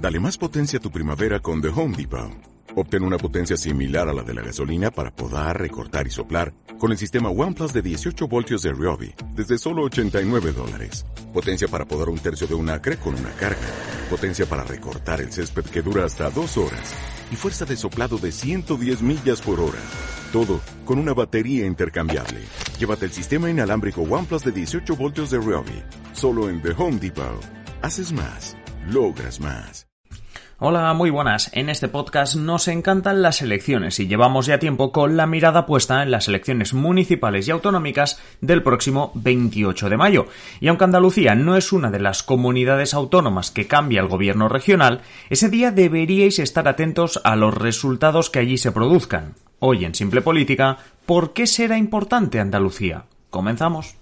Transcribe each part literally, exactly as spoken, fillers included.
Dale más potencia a tu primavera con The Home Depot. Obtén una potencia similar a la de la gasolina para podar, recortar y soplar con el sistema OnePlus de dieciocho voltios de Ryobi desde solo ochenta y nueve dólares. Potencia para podar un tercio de un acre con una carga. Potencia para recortar el césped que dura hasta dos horas. Y fuerza de soplado de ciento diez millas por hora. Todo con una batería intercambiable. Llévate el sistema inalámbrico OnePlus de dieciocho voltios de Ryobi. Solo en The Home Depot. Haces más. Logras más. Hola, muy buenas. En este podcast nos encantan las elecciones y llevamos ya tiempo con la mirada puesta en las elecciones municipales y autonómicas del próximo veintiocho de mayo. Y aunque Andalucía no es una de las comunidades autónomas que cambia el gobierno regional, ese día deberíais estar atentos a los resultados que allí se produzcan. Hoy en Simple Política, ¿por qué será importante Andalucía? Comenzamos.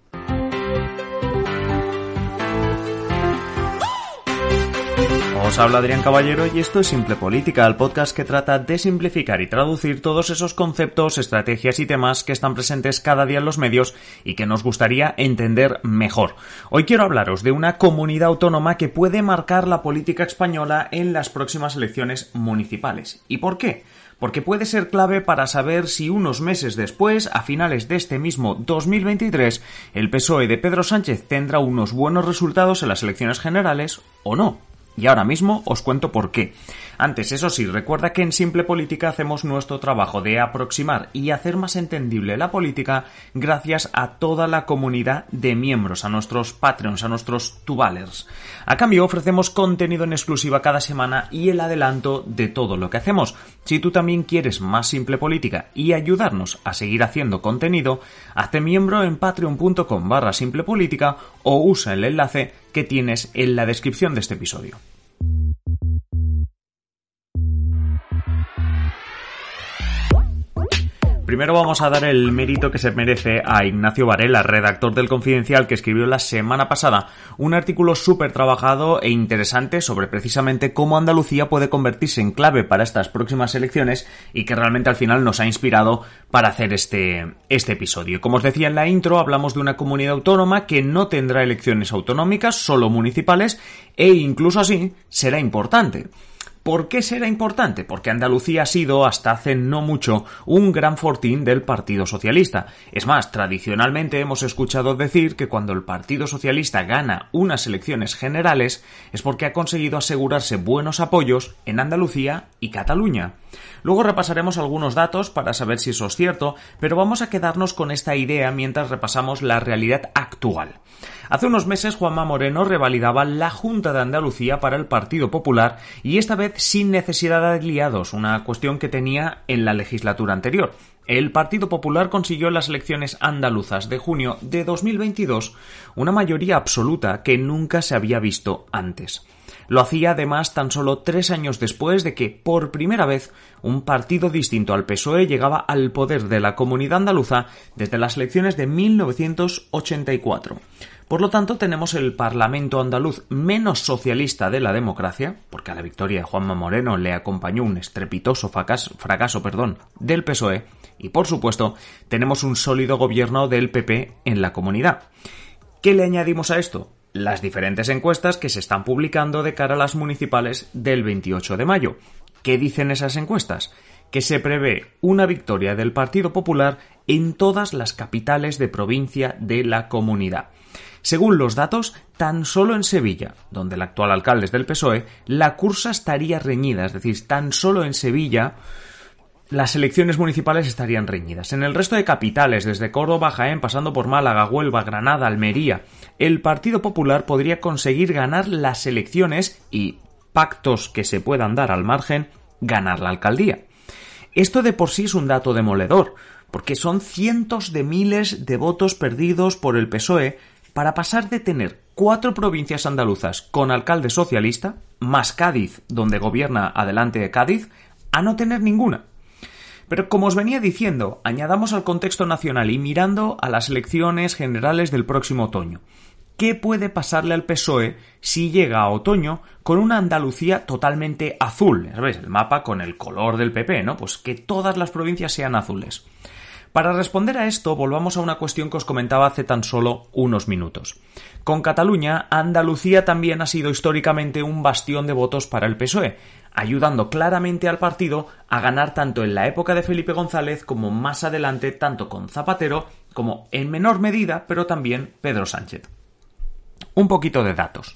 Os habla Adrián Caballero y esto es Simple Política, el podcast que trata de simplificar y traducir todos esos conceptos, estrategias y temas que están presentes cada día en los medios y que nos gustaría entender mejor. Hoy quiero hablaros de una comunidad autónoma que puede marcar la política española en las próximas elecciones municipales. ¿Y por qué? Porque puede ser clave para saber si unos meses después, a finales de este mismo dos mil veintitrés, el P S O E de Pedro Sánchez tendrá unos buenos resultados en las elecciones generales o no. Y ahora mismo os cuento por qué. Antes, eso sí, recuerda que en Simple Política hacemos nuestro trabajo de aproximar y hacer más entendible la política gracias a toda la comunidad de miembros, a nuestros Patreons, a nuestros Tubalers. A cambio, ofrecemos contenido en exclusiva cada semana y el adelanto de todo lo que hacemos. Si tú también quieres más Simple Política y ayudarnos a seguir haciendo contenido, hazte miembro en patreon.com barra Simple Política o usa el enlace que tienes en la descripción de este episodio. Primero vamos a dar el mérito que se merece a Ignacio Varela, redactor del Confidencial, que escribió la semana pasada un artículo súper trabajado e interesante sobre precisamente cómo Andalucía puede convertirse en clave para estas próximas elecciones y que realmente al final nos ha inspirado para hacer este, este episodio. Como os decía en la intro, hablamos de una comunidad autónoma que no tendrá elecciones autonómicas, solo municipales, e incluso así será importante. ¿Por qué será importante? Porque Andalucía ha sido, hasta hace no mucho, un gran fortín del Partido Socialista. Es más, tradicionalmente hemos escuchado decir que cuando el Partido Socialista gana unas elecciones generales es porque ha conseguido asegurarse buenos apoyos en Andalucía y Cataluña. Luego repasaremos algunos datos para saber si eso es cierto, pero vamos a quedarnos con esta idea mientras repasamos la realidad actual. Hace unos meses Juanma Moreno revalidaba la Junta de Andalucía para el Partido Popular y esta vez sin necesidad de aliados, una cuestión que tenía en la legislatura anterior. El Partido Popular consiguió en las elecciones andaluzas de junio de dos mil veintidós una mayoría absoluta que nunca se había visto antes. Lo hacía además tan solo tres años después de que, por primera vez, un partido distinto al P S O E llegaba al poder de la comunidad andaluza desde las elecciones de mil novecientos ochenta y cuatro. Por lo tanto, tenemos el Parlamento andaluz menos socialista de la democracia, porque a la victoria de Juanma Moreno le acompañó un estrepitoso fracaso, fracaso perdón, del P S O E, y por supuesto, tenemos un sólido gobierno del P P en la comunidad. ¿Qué le añadimos a esto? Las diferentes encuestas que se están publicando de cara a las municipales del veintiocho de mayo. ¿Qué dicen esas encuestas? Que se prevé una victoria del Partido Popular en todas las capitales de provincia de la comunidad. Según los datos, tan solo en Sevilla, donde el actual alcalde es del P S O E, la cursa estaría reñida, es decir, tan solo en Sevilla las elecciones municipales estarían reñidas. En el resto de capitales, desde Córdoba, Jaén, pasando por Málaga, Huelva, Granada, Almería, el Partido Popular podría conseguir ganar las elecciones y, pactos que se puedan dar al margen, ganar la alcaldía. Esto de por sí es un dato demoledor, porque son cientos de miles de votos perdidos por el P S O E para pasar de tener cuatro provincias andaluzas con alcalde socialista, más Cádiz, donde gobierna Adelante Cádiz, a no tener ninguna. Pero como os venía diciendo, añadamos al contexto nacional y mirando a las elecciones generales del próximo otoño. ¿Qué puede pasarle al P S O E si llega a otoño con una Andalucía totalmente azul? ¿Sabéis? El mapa con el color del P P, ¿no? Pues que todas las provincias sean azules. Para responder a esto, volvamos a una cuestión que os comentaba hace tan solo unos minutos. Con Cataluña, Andalucía también ha sido históricamente un bastión de votos para el P S O E, ayudando claramente al partido a ganar tanto en la época de Felipe González como más adelante tanto con Zapatero como en menor medida, pero también Pedro Sánchez. Un poquito de datos.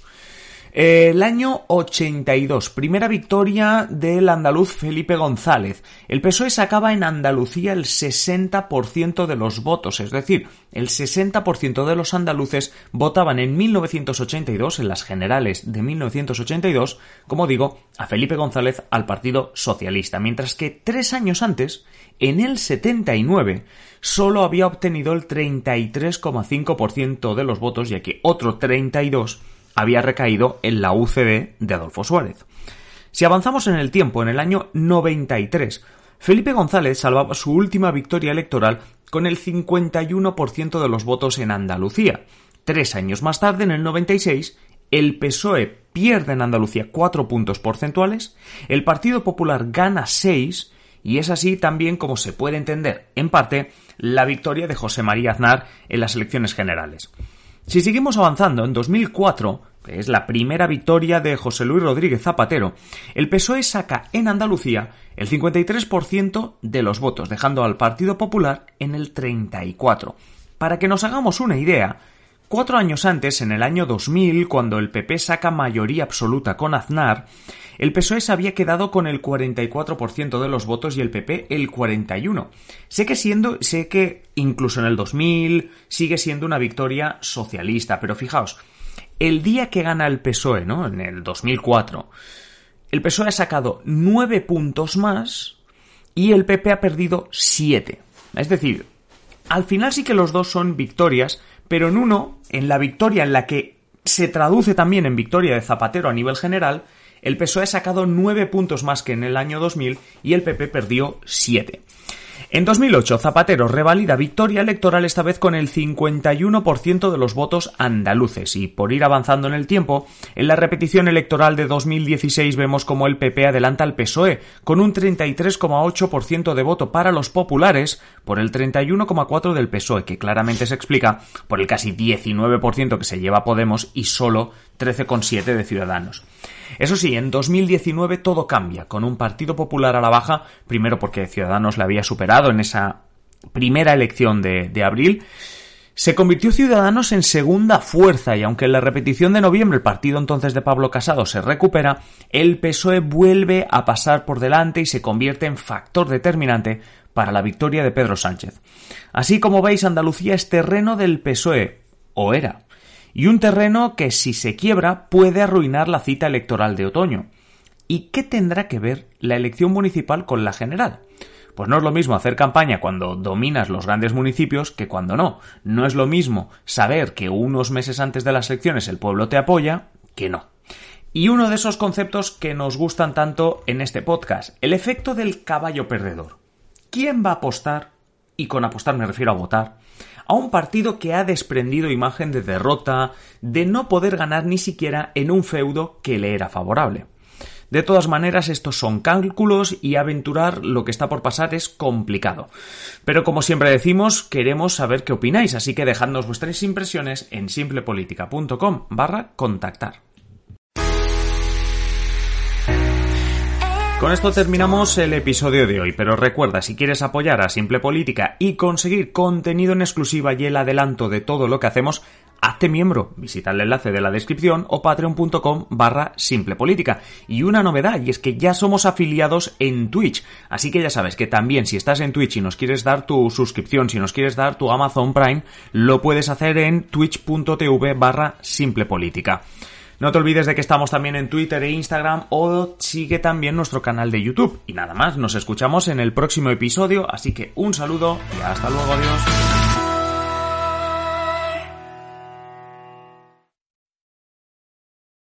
El año ochenta y dos, primera victoria del andaluz Felipe González. El P S O E sacaba en Andalucía el sesenta por ciento de los votos, es decir, el sesenta por ciento de los andaluces votaban en mil novecientos ochenta y dos, en las generales de mil novecientos ochenta y dos, como digo, a Felipe González, al Partido Socialista, mientras que tres años antes, en el setenta y nueve, solo había obtenido el treinta y tres coma cinco por ciento de los votos, ya que otro treinta y dos por ciento había recaído en la U C D de Adolfo Suárez. Si avanzamos en el tiempo, en el año noventa y tres, Felipe González salvaba su última victoria electoral con el cincuenta y uno por ciento de los votos en Andalucía. Tres años más tarde, en el noventa y seis, el P S O E pierde en Andalucía cuatro puntos porcentuales, el Partido Popular gana seis, y es así también como se puede entender, en parte, la victoria de José María Aznar en las elecciones generales. Si seguimos avanzando, en dos mil cuatro, que es la primera victoria de José Luis Rodríguez Zapatero, el P S O E saca en Andalucía el cincuenta y tres por ciento de los votos, dejando al Partido Popular en el treinta y cuatro por ciento. Para que nos hagamos una idea, cuatro años antes, en el año dos mil, cuando el P P saca mayoría absoluta con Aznar, el P S O E se había quedado con el cuarenta y cuatro por ciento de los votos y el P P el cuarenta y uno por ciento. Sé que siendo, sé que incluso en el dos mil sigue siendo una victoria socialista, pero fijaos, el día que gana el P S O E, ¿no?, en el dos mil cuatro, el P S O E ha sacado nueve puntos más y el P P ha perdido siete. Es decir, al final sí que los dos son victorias, pero en uno, en la victoria en la que se traduce también en victoria de Zapatero a nivel general, el P S O E ha sacado nueve puntos más que en el año dos mil y el P P perdió siete. En dos mil ocho, Zapatero revalida victoria electoral esta vez con el cincuenta y uno por ciento de los votos andaluces y, por ir avanzando en el tiempo, en la repetición electoral de dos mil dieciséis vemos como el P P adelanta al P S O E con un treinta y tres coma ocho por ciento de voto para los populares por el treinta y uno coma cuatro por ciento del P S O E, que claramente se explica por el casi diecinueve por ciento que se lleva Podemos y solo trece coma siete por ciento de Ciudadanos. Eso sí, en dos mil diecinueve todo cambia, con un Partido Popular a la baja, primero porque Ciudadanos le había superado en esa primera elección de, de abril. Se convirtió Ciudadanos en segunda fuerza y aunque en la repetición de noviembre el partido entonces de Pablo Casado se recupera, el P S O E vuelve a pasar por delante y se convierte en factor determinante para la victoria de Pedro Sánchez. Así como veis, Andalucía es terreno del P S O E, o era, y un terreno que si se quiebra puede arruinar la cita electoral de otoño. ¿Y qué tendrá que ver la elección municipal con la general? Pues no es lo mismo hacer campaña cuando dominas los grandes municipios que cuando no. No es lo mismo saber que unos meses antes de las elecciones el pueblo te apoya que no. Y uno de esos conceptos que nos gustan tanto en este podcast, el efecto del caballo perdedor. ¿Quién va a apostar, y con apostar me refiero a votar, a un partido que ha desprendido imagen de derrota, de no poder ganar ni siquiera en un feudo que le era favorable? De todas maneras, estos son cálculos y aventurar lo que está por pasar es complicado. Pero como siempre decimos, queremos saber qué opináis, así que dejadnos vuestras impresiones en simplepolitica.com barra contactar. Con esto terminamos el episodio de hoy, pero recuerda, si quieres apoyar a Simple Política y conseguir contenido en exclusiva y el adelanto de todo lo que hacemos, hazte miembro, visita el enlace de la descripción o patreon.com barra Simple Política. Y una novedad, y es que ya somos afiliados en Twitch, así que ya sabes que también si estás en Twitch y nos quieres dar tu suscripción, si nos quieres dar tu Amazon Prime, lo puedes hacer en twitch.tv barra Simple Política. No te olvides de que estamos también en Twitter e Instagram o sigue también nuestro canal de YouTube. Y nada más, nos escuchamos en el próximo episodio, así que un saludo y hasta luego, adiós.